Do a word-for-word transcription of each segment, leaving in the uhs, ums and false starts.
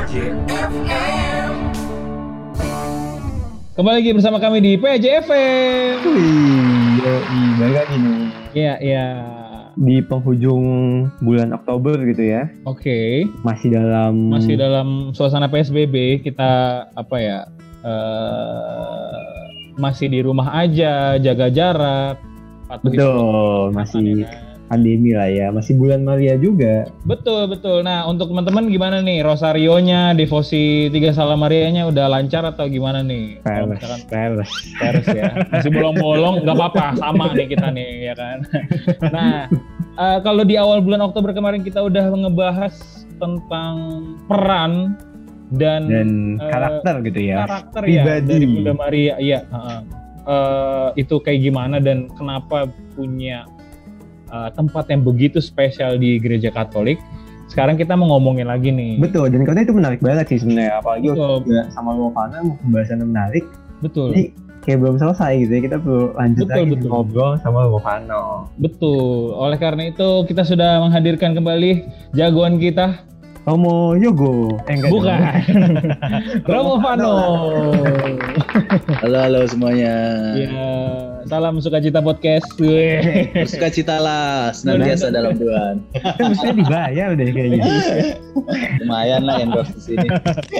J F M. Kembali lagi bersama kami di P J F M. Wih, yoi, balik lagi nih. Iya, iya. Di penghujung bulan Oktober gitu ya. Oke. Masih dalam Masih dalam suasana P S B B, kita apa ya? Uh, masih di rumah aja, jaga jarak. Patuhi Betul, masih kan? pandemi lah ya. Masih bulan Maria juga. Betul, betul. Nah, untuk teman-teman gimana nih? Rosarionya, devosi Tiga Salam Marianya udah lancar atau gimana nih? Kalau Peres, misalkan peres. Peres ya. Masih bolong-bolong, nggak apa-apa, sama nih kita nih, ya kan. Nah, uh, kalau di awal bulan Oktober kemarin kita udah ngebahas tentang peran dan, Dan uh, karakter gitu ya. Karakter Pribadi. ya dari Bunda Maria, iya. Uh, uh, itu kayak gimana dan kenapa punya uh, tempat yang begitu spesial di Gereja Katolik. Sekarang kita mau ngomongin lagi nih. Betul, dan karena itu menarik banget sih sebenarnya. Apalagi Betul. juga sama Lovana mau pembahasan yang menarik. Betul. Jadi kayak belum selesai gitu ya. Kita perlu lanjut Betul, lagi betul. ngobrol sama Lovana. Betul. Oleh karena itu kita sudah menghadirkan kembali jagoan kita. Romo Yogo. Eh, enggak Bukan. Romo Vano. Halo halo semuanya. Ya, salam sukacita podcast. Bersukacita lah, senantiasa dalam Tuhan. Kita mestinya dibayar deh kayaknya. Lumayan lah endorse di sini.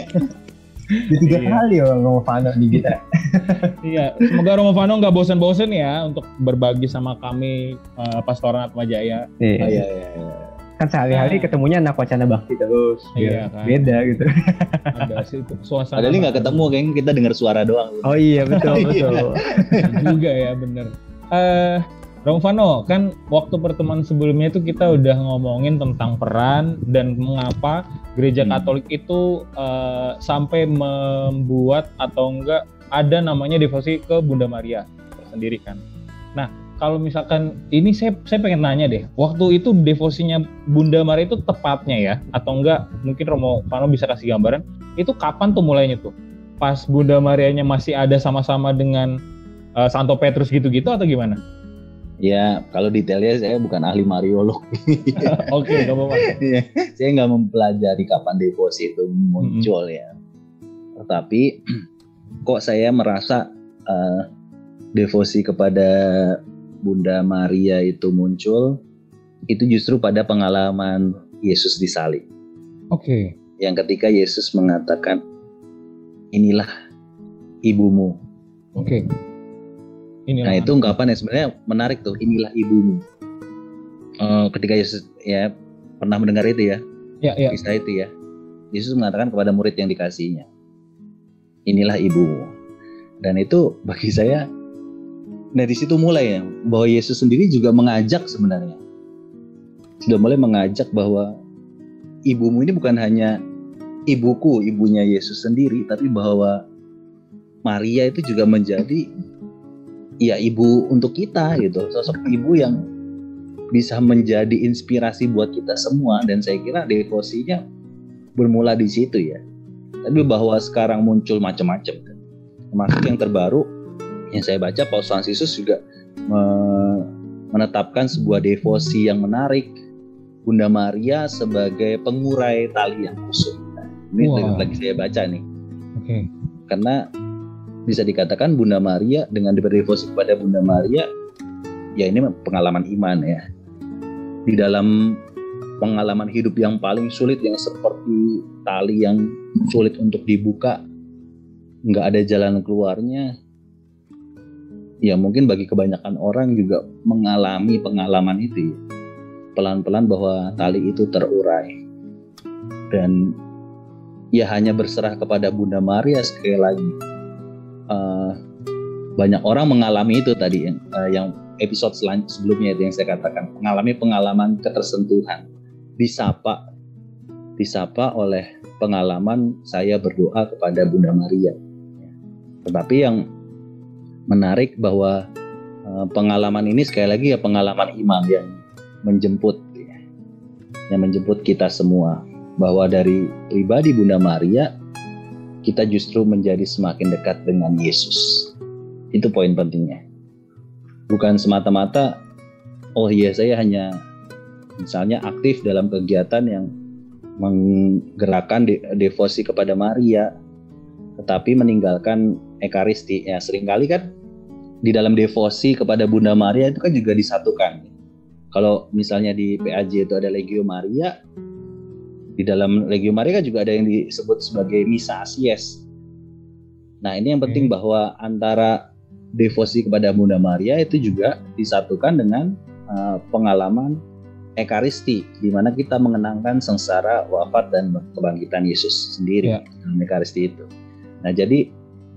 Di tiga Iya. kali ya Romo Vano di kita. Iya, semoga Romo Vano nggak bosan-bosan ya untuk berbagi sama kami uh, Pastoran Atma Jaya. Iya. Oh, iya iya. iya. Kan sehari-hari Nah. ketemunya anak wacana bakti terus. Iya, Ya, kan. Beda gitu. Ada sih itu suasana. Padahal ini nggak ketemu, kayaknya kita dengar suara doang. Oh iya betul betul. juga ya, bener. Eh, Romo Vano, kan waktu pertemuan sebelumnya itu kita udah ngomongin tentang peran dan mengapa Gereja Hmm. Katolik itu eh, sampai membuat atau enggak ada namanya devosi ke Bunda Maria sendiri kan. Nah, kalau misalkan ini saya saya pengen nanya deh, waktu itu devosinya Bunda Maria itu tepatnya ya atau enggak, mungkin Romo Vano bisa kasih gambaran itu kapan tuh mulainya tuh? Pas Bunda Marianya masih ada sama-sama dengan uh, Santo Petrus gitu-gitu atau gimana? Ya kalau detailnya saya bukan ahli Mariolog. Oke, gak apa-apa. Iya, saya nggak mempelajari kapan devosi itu muncul ya. Tetapi kok saya merasa uh, devosi kepada Bunda Maria itu muncul itu justru pada pengalaman Yesus disalib. Oke. Yang ketika Yesus mengatakan inilah ibumu. Oke. Ini Nah itu ungkapan yang sebenarnya menarik tuh, inilah ibumu. Uh, ketika Yesus ya pernah mendengar itu ya, ya, ya. kisah itu ya, Yesus mengatakan kepada murid yang dikasihinya, inilah ibumu. Dan itu bagi saya dari situ mulai ya, bahwa Yesus sendiri juga mengajak sebenarnya. Sudah mulai mengajak bahwa ibumu ini bukan hanya ibuku, ibunya Yesus sendiri, tapi bahwa Maria itu juga menjadi ya ibu untuk kita gitu. Sosok ibu yang bisa menjadi inspirasi buat kita semua, dan saya kira devosinya bermula di situ ya. Tapi bahwa sekarang muncul macam-macam kan. Termasuk yang terbaru yang saya baca, Paus Fransiskus juga me- menetapkan sebuah devosi yang menarik, Bunda Maria sebagai pengurai tali yang kusut. Nah, ini Wow. lagi saya baca nih, Oke. karena bisa dikatakan Bunda Maria dengan berdevosi kepada Bunda Maria, ya ini pengalaman iman ya. Di dalam pengalaman hidup yang paling sulit, yang seperti tali yang sulit untuk dibuka, nggak ada jalan keluarnya. Ya mungkin bagi kebanyakan orang juga mengalami pengalaman itu ya. Pelan-pelan bahwa tali itu terurai. Dan ya hanya berserah kepada Bunda Maria sekali lagi. Uh, banyak orang mengalami itu tadi yang, uh, yang episode selan- sebelumnya itu yang saya katakan. Mengalami pengalaman ketersentuhan. Disapa. Disapa oleh pengalaman saya berdoa kepada Bunda Maria. Tetapi yang menarik bahwa uh, pengalaman ini sekali lagi ya pengalaman iman yang menjemput ya, yang menjemput kita semua, bahwa dari pribadi Bunda Maria kita justru menjadi semakin dekat dengan Yesus. Itu poin pentingnya. Bukan semata-mata oh iya saya hanya misalnya aktif dalam kegiatan yang menggerakkan de- devosi kepada Maria, tetapi meninggalkan Ekaristi. Ya, seringkali kan di dalam devosi kepada Bunda Maria itu kan juga disatukan. Kalau misalnya di P A J itu ada Legio Maria, di dalam Legio Maria kan juga ada yang disebut sebagai Misa Asies. Nah, ini yang penting bahwa antara devosi kepada Bunda Maria itu juga disatukan dengan uh, pengalaman Ekaristi, di mana kita mengenangkan sengsara, wafat, dan kebangkitan Yesus sendiri ya. dalam Ekaristi itu. Nah, jadi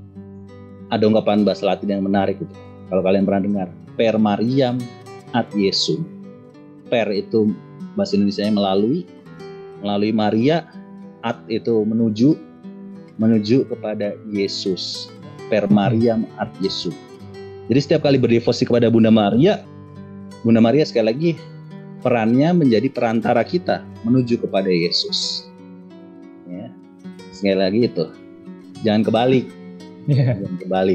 ada ungkapan bahasa Latin yang menarik itu. Kalau kalian pernah dengar, per Mariam ad Jesum. Per itu bahasa Indonesianya melalui, melalui Maria, ad itu menuju, menuju kepada Yesus. Per Mariam ad Jesum. Jadi setiap kali berdevosi kepada Bunda Maria, Bunda Maria sekali lagi perannya menjadi perantara kita menuju kepada Yesus. Ya. Sekali lagi itu, jangan kebalik, Yeah. jangan kebalik.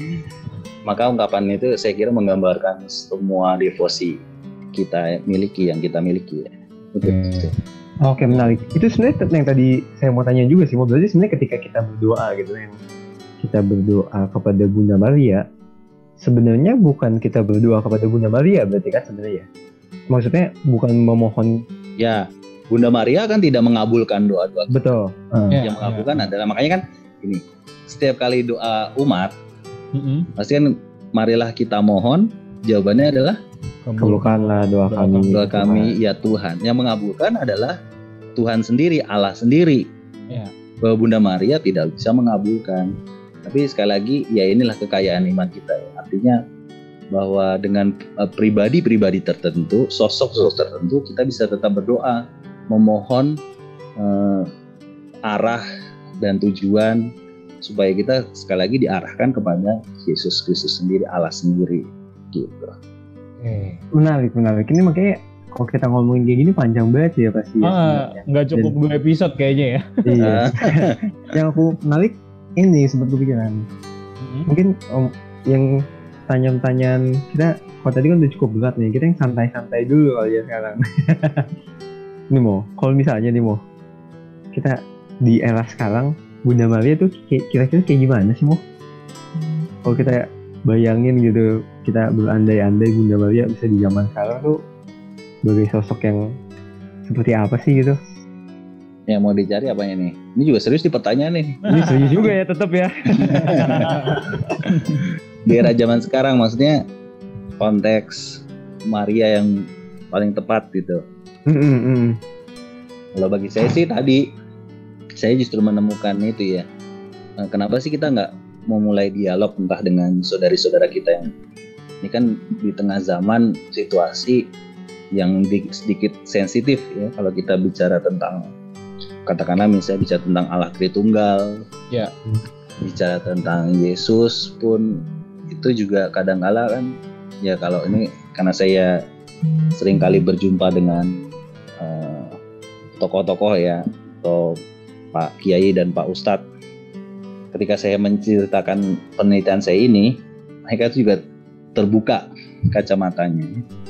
Maka ungkapan itu saya kira menggambarkan semua devosi kita miliki, yang kita miliki. Ya. Itu. Hmm. Oke, menarik. Itu sebenarnya yang tadi saya mau tanya juga sih, mau berarti sebenarnya ketika kita berdoa gitu kan, kita berdoa kepada Bunda Maria, sebenarnya bukan kita berdoa kepada Bunda Maria berarti kan sebenarnya. Maksudnya bukan memohon. Ya, Bunda Maria kan tidak mengabulkan doa-doa kita. Betul. Uh. Ya, Yang mengabulkan adalah, makanya kan ini, setiap kali doa umat, Mm-mm. pasti kan marilah kita mohon, jawabannya adalah Kabulkanlah doa Doa kami. doa kami ya Tuhan. Yang mengabulkan adalah Tuhan sendiri, Allah sendiri. Ya. Bahwa Bunda Maria tidak bisa mengabulkan. Tapi sekali lagi, ya inilah kekayaan iman kita. Ya. Artinya bahwa dengan uh, pribadi-pribadi tertentu, sosok-sosok tertentu, kita bisa tetap berdoa, memohon uh, arah dan tujuan supaya kita sekali lagi diarahkan kepada Yesus Kristus sendiri, Allah sendiri, gitu. Okay. Menarik, menarik. Ini makanya kalau kita ngomongin kayak gini panjang banget ya pasti. Ya, Ah, sebenarnya. nggak cukup Dan- dua episode kayaknya ya. Iya. Yang aku menarik ini sempat kepikiran. Mm-mm. Mungkin om, yang tanyaan-tanyaan kita, kalau tadi kan udah cukup berat nih, kita yang santai-santai dulu kali ya sekarang. Nih Mo, kalau misalnya nih Mo, kita di era sekarang, Bunda Maria tuh kayak- kira-kira kayak gimana sih Mo? Kalau kita bayangin gitu, kita berandai-andai Bunda Maria bisa di zaman sekarang tuh sebagai sosok yang seperti apa sih gitu? Yang mau dicari apanya nih? Ini juga serius di pertanyaan nih. Ini serius juga ya tetap ya. Di era zaman sekarang, maksudnya konteks Maria yang paling tepat gitu. Mm-mm-mm. Kalau bagi saya sih tadi, saya justru menemukan itu ya. Nah, kenapa sih kita nggak mau mulai dialog entah dengan saudari-saudara kita yang ini kan di tengah zaman situasi yang di, sedikit sensitif ya, kalau kita bicara tentang, katakanlah misalnya bicara tentang Allah Tritunggal, Ya. bicara tentang Yesus pun itu juga kadang-kala kan ya, kalau ini karena saya sering kali berjumpa dengan uh, tokoh-tokoh ya, atau Pak Kiai dan Pak Ustadz, ketika saya menceritakan penelitian saya ini, mereka juga terbuka kacamatanya.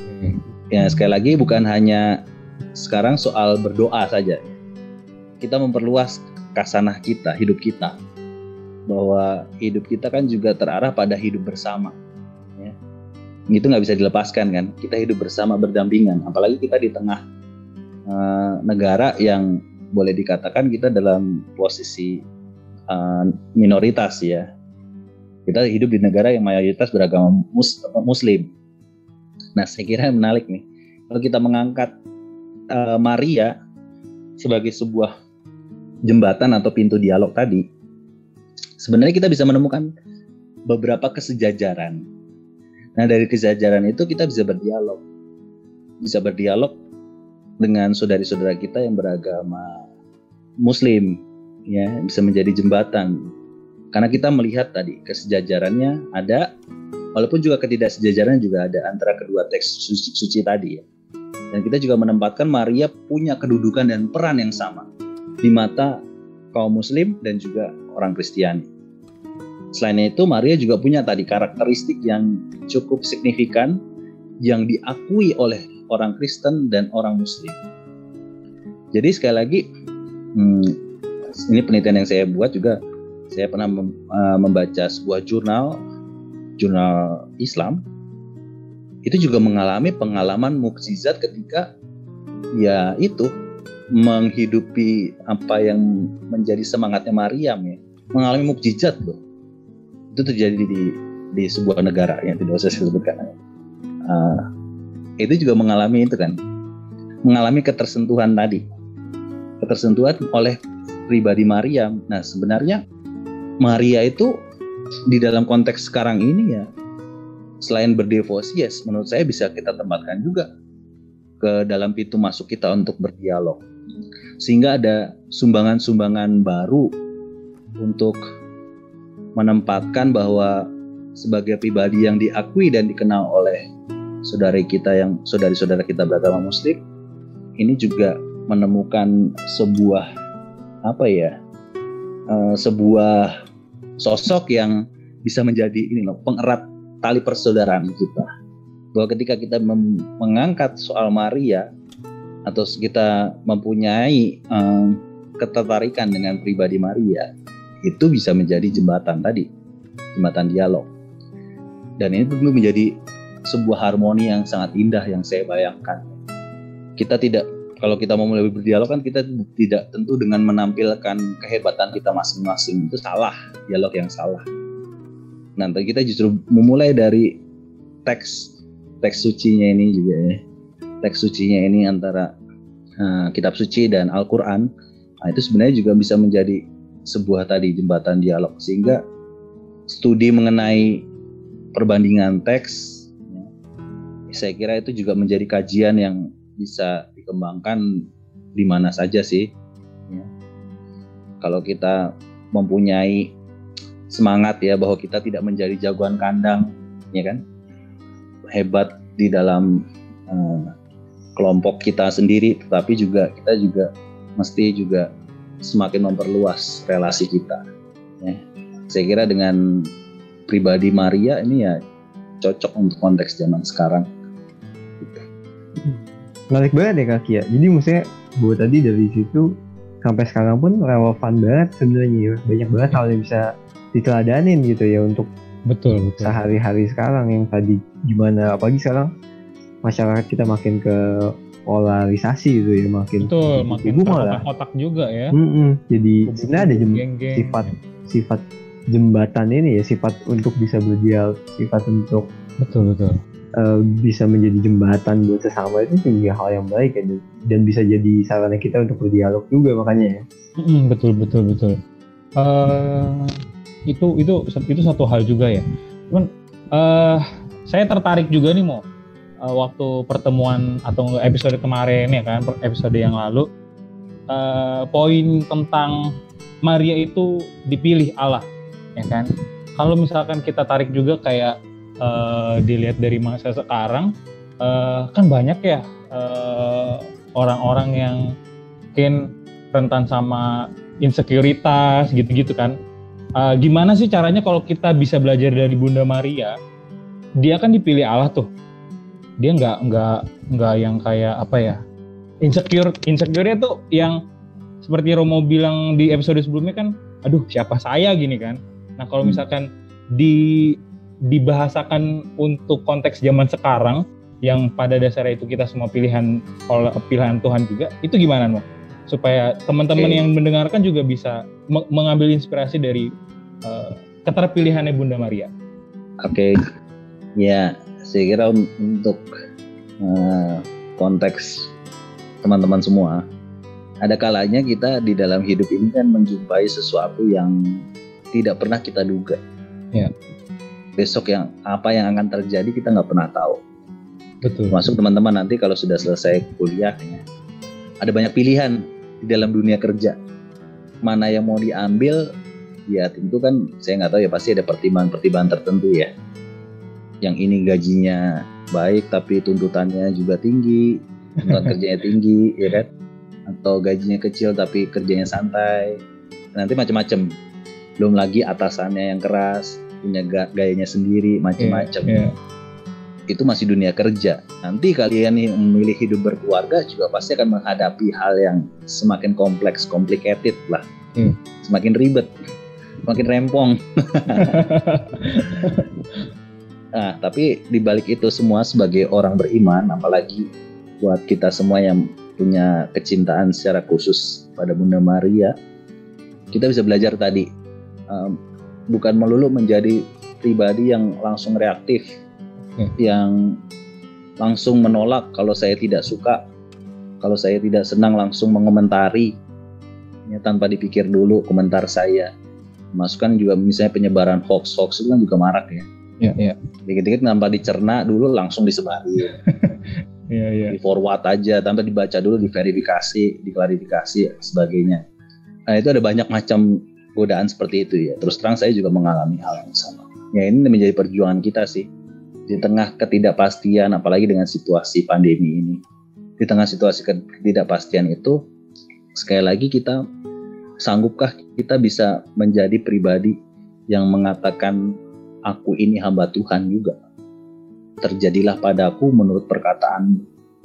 Ya sekali lagi, bukan hanya sekarang soal berdoa saja, kita memperluas kasanah kita, hidup kita, bahwa hidup kita kan juga terarah pada hidup bersama ya. Itu nggak bisa dilepaskan kan, kita hidup bersama berdampingan, apalagi kita di tengah uh, negara yang boleh dikatakan kita dalam posisi uh, minoritas ya. Kita hidup di negara yang mayoritas beragama mus- muslim. Nah, saya kira menarik nih, kalau kita mengangkat uh, Maria sebagai sebuah jembatan atau pintu dialog tadi, sebenarnya kita bisa menemukan beberapa kesejajaran. Nah, dari kesejajaran itu kita bisa berdialog, bisa berdialog dengan saudari-saudara kita yang beragama Muslim, ya, bisa menjadi jembatan. Karena kita melihat tadi kesejajarannya ada, walaupun juga ketidaksejajaran juga ada antara kedua teks suci, suci tadi ya. Dan kita juga menempatkan Maria punya kedudukan dan peran yang sama di mata kaum Muslim dan juga orang Kristiani. Selain itu, Maria juga punya tadi karakteristik yang cukup signifikan yang diakui oleh orang Kristen dan orang Muslim. Jadi sekali lagi, hmm, ini penelitian yang saya buat juga, saya pernah mem- uh, membaca sebuah jurnal, jurnal Islam, itu juga mengalami pengalaman mukjizat ketika ya itu menghidupi apa yang menjadi semangatnya Maryam ya, mengalami mukjizat loh. Itu terjadi di di sebuah negara yang tidak usah saya sebutkan. Uh, itu juga mengalami itu kan, mengalami ketersentuhan tadi, ketersentuhan oleh pribadi Maryam. Nah sebenarnya Maria itu di dalam konteks sekarang ini ya, selain berdevosi ya menurut saya bisa kita tempatkan juga ke dalam pintu masuk kita untuk berdialog, sehingga ada sumbangan-sumbangan baru untuk menempatkan bahwa sebagai pribadi yang diakui dan dikenal oleh saudari kita yang saudari-saudara kita beragama Muslim, ini juga menemukan sebuah apa ya, uh, sebuah sosok yang bisa menjadi ini loh, pengerat tali persaudaraan kita. Bahwa ketika kita mem- mengangkat soal Maria atau kita mempunyai um, ketertarikan dengan pribadi Maria, itu bisa menjadi jembatan tadi, jembatan dialog. Dan ini tentu menjadi sebuah harmoni yang sangat indah yang saya bayangkan. Kita tidak, kalau kita mau mulai berdialog kan kita tidak tentu dengan menampilkan kehebatan kita masing-masing, itu salah, dialog yang salah. Nanti kita justru memulai dari teks teks sucinya ini juga ya. Teks sucinya ini antara uh, kitab suci dan Al-Quran, nah, itu sebenarnya juga bisa menjadi sebuah tadi jembatan dialog, sehingga studi mengenai perbandingan teks ya, saya kira itu juga menjadi kajian yang bisa dikembangkan di mana saja sih ya. Kalau kita mempunyai semangat ya bahwa kita tidak menjadi jagoan kandang ya kan, hebat di dalam uh, kelompok kita sendiri, tetapi juga kita juga mesti juga semakin memperluas relasi kita ya. Saya kira dengan pribadi Maria ini ya cocok untuk konteks zaman sekarang gitu. Menarik banget ya Kak Kia. Jadi maksudnya buat tadi dari situ sampai sekarang pun relevan banget sebenarnya ya. Banyak banget hal yang bisa diteladanin gitu ya untuk Betul, betul. sehari-hari sekarang yang tadi gimana, apalagi sekarang masyarakat kita makin ke polarisasi gitu ya, makin Betul, makin ibu malah terkotak-kotak juga ya. Mm-mm. Jadi Kubu-kubu, sebenarnya ada jem- geng-geng. sifat sifat jembatan ini ya, sifat untuk bisa berdialog, sifat untuk Betul, betul. uh, bisa menjadi jembatan buat sesama, itu juga hal yang baik ya, dan, dan bisa jadi sarana kita untuk berdialog juga makanya ya. Mm, betul, betul, betul. Uh, itu itu itu satu hal juga ya. Cuman uh, saya tertarik juga nih Mo, uh, waktu pertemuan atau episode kemarin ya kan, episode yang lalu, uh, poin tentang Maria itu dipilih Allah ya kan. Kalau misalkan kita tarik juga kayak uh, dilihat dari masa sekarang, uh, kan banyak ya uh, orang-orang yang mungkin rentan sama insekuritas gitu-gitu kan. Uh, gimana sih caranya kalau kita bisa belajar dari Bunda Maria? Dia kan dipilih Allah tuh. Dia nggak nggak nggak yang kayak apa ya, insecure insecure tuh yang seperti Romo bilang di episode sebelumnya kan, aduh siapa saya gini kan. Nah kalau misalkan di dibahasakan untuk konteks zaman sekarang yang pada dasarnya itu kita semua pilihan oleh pilihan Tuhan juga, itu gimana Mo? Supaya teman-teman okay. yang mendengarkan juga bisa me- mengambil inspirasi dari uh, keterpilihannya Bunda Maria. Oke, okay. Ya saya kira untuk uh, konteks teman-teman semua, ada kalanya kita di dalam hidup ini kan menjumpai sesuatu yang tidak pernah kita duga. Ya. Besok yang apa yang akan terjadi kita nggak pernah tahu. Betul. Masuk teman-teman nanti kalau sudah selesai kuliah, ya, ada banyak pilihan di dalam dunia kerja. Mana yang mau diambil? Ya tentu kan saya nggak tahu ya, pasti ada pertimbangan-pertimbangan tertentu ya. Yang ini gajinya baik tapi tuntutannya juga tinggi, tuntutan kerjanya tinggi, ya kan? Atau gajinya kecil tapi kerjanya santai. Nanti macam-macam. Belum lagi atasannya yang keras, punya gayanya sendiri, macam-macam. Yeah, yeah. itu masih dunia kerja. Nanti kalian yang memilih hidup berkeluarga juga pasti akan menghadapi hal yang semakin kompleks, complicated lah, Hmm. semakin ribet, semakin rempong. Nah, tapi di balik itu semua sebagai orang beriman, apalagi buat kita semua yang punya kecintaan secara khusus pada Bunda Maria, kita bisa belajar tadi, um, bukan melulu menjadi pribadi yang langsung reaktif, Hmm. yang langsung menolak kalau saya tidak suka, kalau saya tidak senang langsung mengomentari, ya, tanpa dipikir dulu komentar saya. Masukkan juga misalnya penyebaran hoax-hoax itu kan juga marak ya. Iya, iya. Dikit-dikit tanpa dicerna dulu langsung disebarin, Iya, iya. di forward aja tanpa dibaca dulu, diverifikasi, diklarifikasi, sebagainya. Nah itu ada banyak macam godaan seperti itu ya. Terus terang saya juga mengalami hal yang sama. Ya ini menjadi perjuangan kita sih. Di tengah ketidakpastian, apalagi dengan situasi pandemi ini, di tengah situasi ketidakpastian itu, sekali lagi kita sanggupkah kita bisa menjadi pribadi yang mengatakan aku ini hamba Tuhan juga. Terjadilah padaku menurut perkataanmu.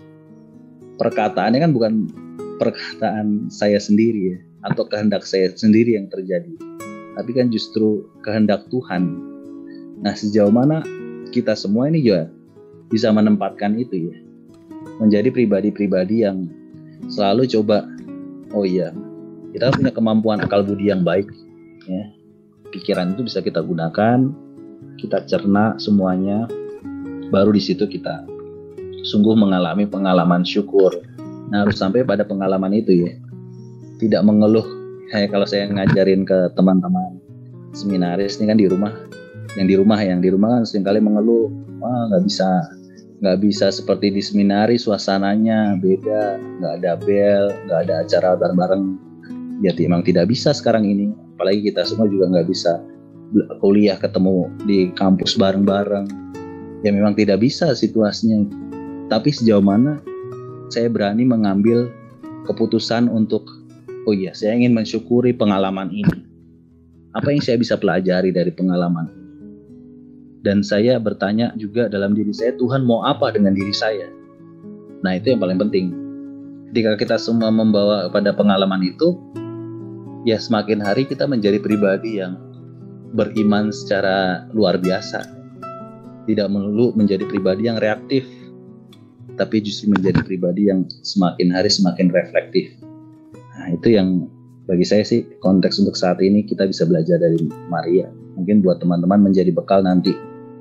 Perkataannya kan bukan perkataan saya sendiri ya, atau kehendak saya sendiri yang terjadi, tapi kan justru kehendak Tuhan. Nah sejauh mana kita semua ini juga bisa menempatkan itu ya, menjadi pribadi-pribadi yang selalu coba, oh iya, kita punya kemampuan akal budi yang baik ya. Pikiran itu bisa kita gunakan, kita cerna semuanya, baru di situ kita sungguh mengalami pengalaman syukur. Nah harus sampai pada pengalaman itu ya, tidak mengeluh. Kayak kalau saya ngajarin ke teman-teman seminaris ini kan di rumah, yang di rumah yang di rumah kan seringkali mengeluh, wah nggak bisa nggak bisa seperti di seminaris, suasananya beda, nggak ada bel, nggak ada acara bareng-bareng. Ya memang tidak bisa sekarang ini, apalagi kita semua juga nggak bisa kuliah ketemu di kampus bareng-bareng. Ya memang tidak bisa situasinya. Tapi sejauh mana saya berani mengambil keputusan untuk, oh iya saya ingin mensyukuri pengalaman ini. Apa yang saya bisa pelajari dari pengalaman ini? Dan saya bertanya juga dalam diri saya, Tuhan mau apa dengan diri saya? Nah itu yang paling penting. Ketika kita semua membawa pada pengalaman itu, ya semakin hari kita menjadi pribadi yang beriman secara luar biasa. Tidak melulu menjadi pribadi yang reaktif, tapi justru menjadi pribadi yang semakin hari semakin reflektif. Nah itu yang bagi saya sih konteks untuk saat ini kita bisa belajar dari Maria. Mungkin buat teman-teman menjadi bekal nanti.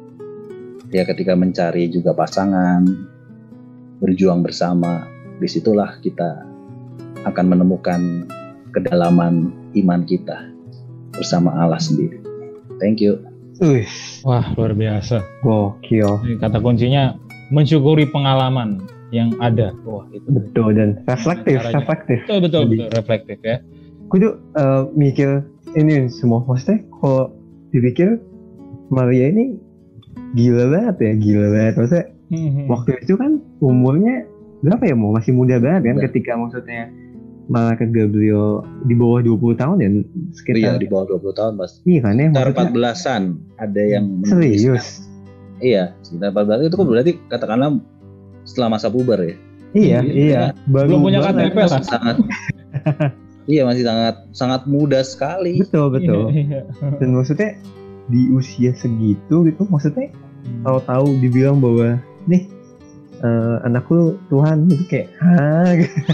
Ya ketika mencari juga pasangan, berjuang bersama, disitulah kita akan menemukan kedalaman iman kita bersama Allah sendiri. Thank you. Wih, Wah, luar biasa. gokil. Ini kata kuncinya mensyukuri pengalaman yang ada. Wah, itu Betul, dan reflektif, Caranya. reflektif. betul betul, Jadi- betul reflektif ya. Gue tuh eh, mikir ini semua, maksudnya kalau dipikir Maria ini gila banget ya, gila banget. Maksudnya Hmm. waktu itu kan umurnya berapa ya, mau masih muda banget kan, Muda. ketika maksudnya malaikat Gabriel di bawah dua puluh tahun ya, Iya sekitar. di bawah dua puluh tahun pasti. Iya kan ya, Sekitar maksudnya empat belasan ada yang menuliskan. serius. Iya, sekitar empat belas itu kan berarti katakanlah setelah masa puber ya. Iya, Iya. iya. Baru Belum punya banget. K T P lah. Sangat Iya masih sangat sangat muda sekali. Betul, betul. Iya, iya. Dan maksudnya di usia segitu gitu, maksudnya Hmm. tahu-tahu dibilang bahwa nih eh, anakku Tuhan, itu kayak hah,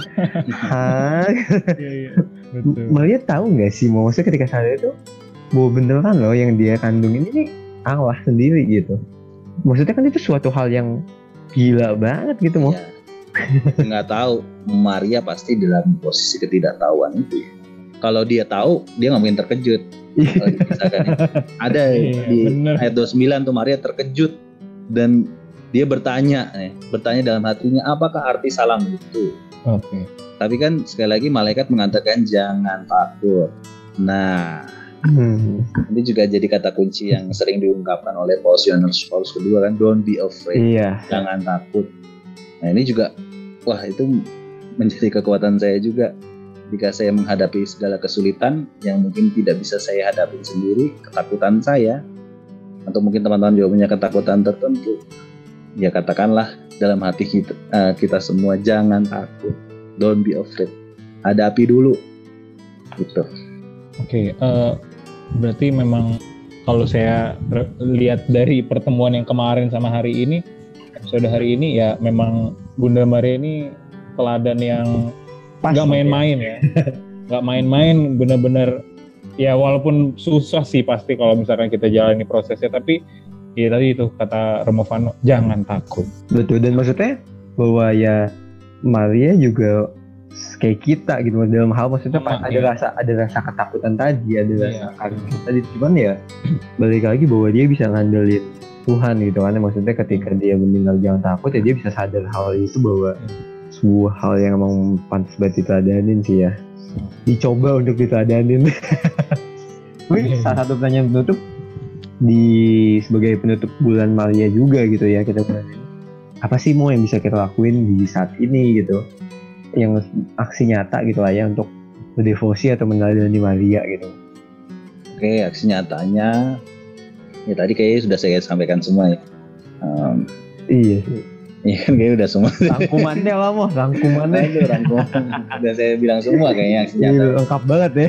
hah. Iya, iya. Betul. Maria tahu nggak sih, maksudnya ketika sadar itu bahwa beneran loh yang dia kandung ini nih Allah sendiri gitu. Maksudnya kan itu suatu hal yang gila banget gitu, mau. Ya. Nggak tahu, Maria pasti dalam posisi ketidaktahuan itu ya. Kalau dia tahu, dia nggak mungkin terkejut. Kalau dikisahkan ya. Ada Iya, di bener. ayat dua puluh sembilan tuh Maria terkejut dan dia bertanya, eh, bertanya dalam hatinya, apakah arti salam itu? Oke. Tapi kan sekali lagi malaikat mengatakan jangan takut. Nah, Hmm. ini juga jadi kata kunci yang sering diungkapkan oleh Paulus Yohanes Paulus kedua kan, don't be afraid, Iya. jangan takut. Nah ini juga, wah itu menjadi kekuatan saya juga jika saya menghadapi segala kesulitan yang mungkin tidak bisa saya hadapi sendiri, ketakutan saya, atau mungkin teman-teman juga punya ketakutan tertentu. ya katakanlah dalam hati kita, uh, kita semua, jangan takut, don't be afraid, hadapi dulu gitu. Oke, uh, berarti memang kalau saya re- lihat dari pertemuan yang kemarin sama hari ini, episode hari ini ya memang Bunda Maria ini teladan yang Pas nggak main-main ya, nggak main-main, bener-bener ya walaupun susah sih pasti kalau misalkan kita jalani prosesnya, tapi ya tadi itu kata Romo Vano, jangan takut. Betul, dan maksudnya bahwa ya Maria juga kayak kita gitu dalam hal maksudnya Sama, ada iya. rasa ada rasa ketakutan tadi, ada rasa Iya. kaget tadi, cuman ya balik lagi bahwa dia bisa ngandelin Tuhan gitu kan, maksudnya ketika dia mendengar jangan takut ya dia bisa sadar hal itu bahwa sebuah hal yang emang pantas banget diteladanin sih ya, dicoba untuk diteladanin. Tapi salah satu pertanyaan penutup di sebagai penutup bulan Maria juga gitu ya, kita bulan ini apa sih mau yang bisa kita lakuin di saat ini gitu, yang aksi nyata gitu lah ya untuk berdevosi atau meneladani Maria gitu. Oke, aksi nyatanya ya tadi kayaknya sudah saya sampaikan semua ya. Um, Iya sih. ya kan kayaknya udah semua. Rangkumannya lah mau, rangkumannya. Itu rangkuman. Udah saya bilang semua kayaknya aksi Iya, nyata. lengkap banget ya.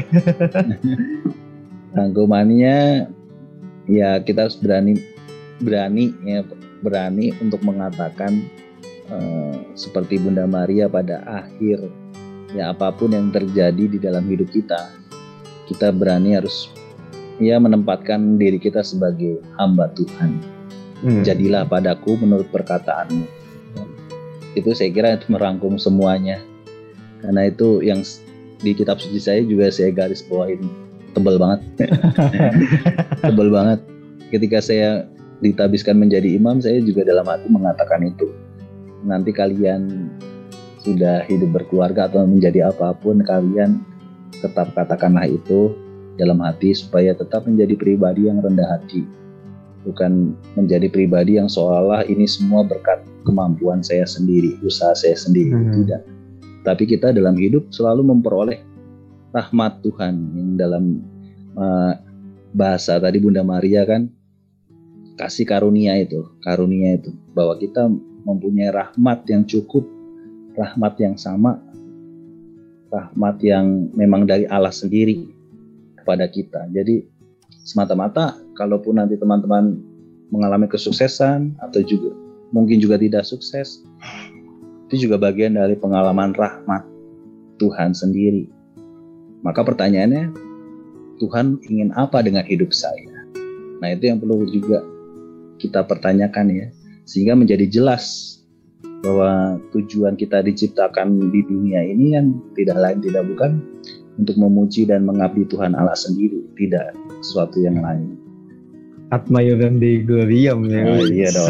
Rangkumannya ya kita harus berani berani ya berani untuk mengatakan uh, seperti Bunda Maria pada akhir ya apapun yang terjadi di dalam hidup kita, kita berani harus ya menempatkan diri kita sebagai hamba Tuhan. Hmm. Jadilah padaku menurut perkataanmu. Itu saya kira itu merangkum semuanya. Karena itu yang di kitab suci saya juga saya garis bawahin tebal banget. Tebal banget. Ketika saya ditabiskan menjadi imam, saya juga dalam hati mengatakan itu. Nanti kalian sudah hidup berkeluarga atau menjadi apapun, kalian tetap katakanlah itu dalam hati supaya tetap menjadi pribadi yang rendah hati. Bukan menjadi pribadi yang seolah ini semua berkat kemampuan saya sendiri, usaha saya sendiri. Hmm. Tidak. Tapi kita dalam hidup selalu memperoleh rahmat Tuhan yang dalam uh, bahasa tadi Bunda Maria kan kasih karunia itu, karunia itu bahwa kita mempunyai rahmat yang cukup, rahmat yang sama, rahmat yang memang dari Allah sendiri kepada kita. Jadi semata-mata kalaupun nanti teman-teman mengalami kesuksesan atau juga mungkin juga tidak sukses, itu juga bagian dari pengalaman rahmat Tuhan sendiri. Maka pertanyaannya, Tuhan ingin apa dengan hidup saya? Nah itu yang perlu juga kita pertanyakan ya, sehingga menjadi jelas bahwa tujuan kita diciptakan di dunia ini kan tidak lain tidak bukan untuk memuji dan mengabdi Tuhan Allah sendiri, tidak sesuatu yang lain. Atma Yogam Dei Gloriam ya. Oh iya dong.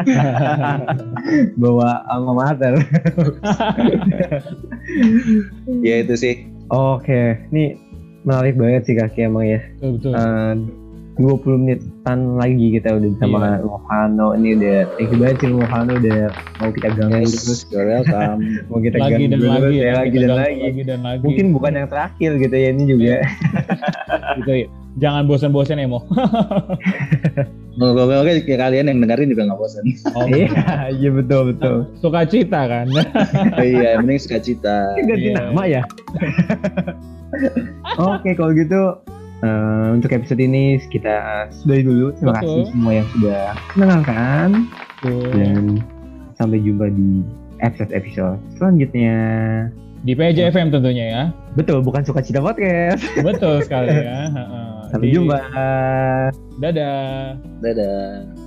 Bawa alma mater. Ya itu sih. Oke, ini menarik banget sih kaki emang ya. Betul. Uh, dua puluh menitan lagi kita udah sama Iya. Movano. Ini udah thank you banget sih Movano udah mau kita ganggu terus, Yes, you're welcome. mau kita lagi ganggu dan terus lagi ya, ya, lagi kita dan ganggu lagi. lagi dan lagi. Mungkin bukan yang terakhir gitu ya ini juga. gitu ya. Jangan bosan-bosan Emo. Moga-moga kayak kalian yang dengerin juga nggak bosan. Oh, Iya, iya betul betul. suka cita kan. Iya, yang penting sukacita. Ganti Iya. nama ya. Oke, kalau gitu eh, untuk episode ini kita sudahi dulu. Terima Betul. kasih semua yang sudah mendengarkan Tuh. dan sampai jumpa di episode-episode selanjutnya. Di P J F M tentunya ya. Betul, bukan Sukacita Podcast. Betul sekali ya. Heeh. Sampai Di- jumpa. Dadah. Dadah.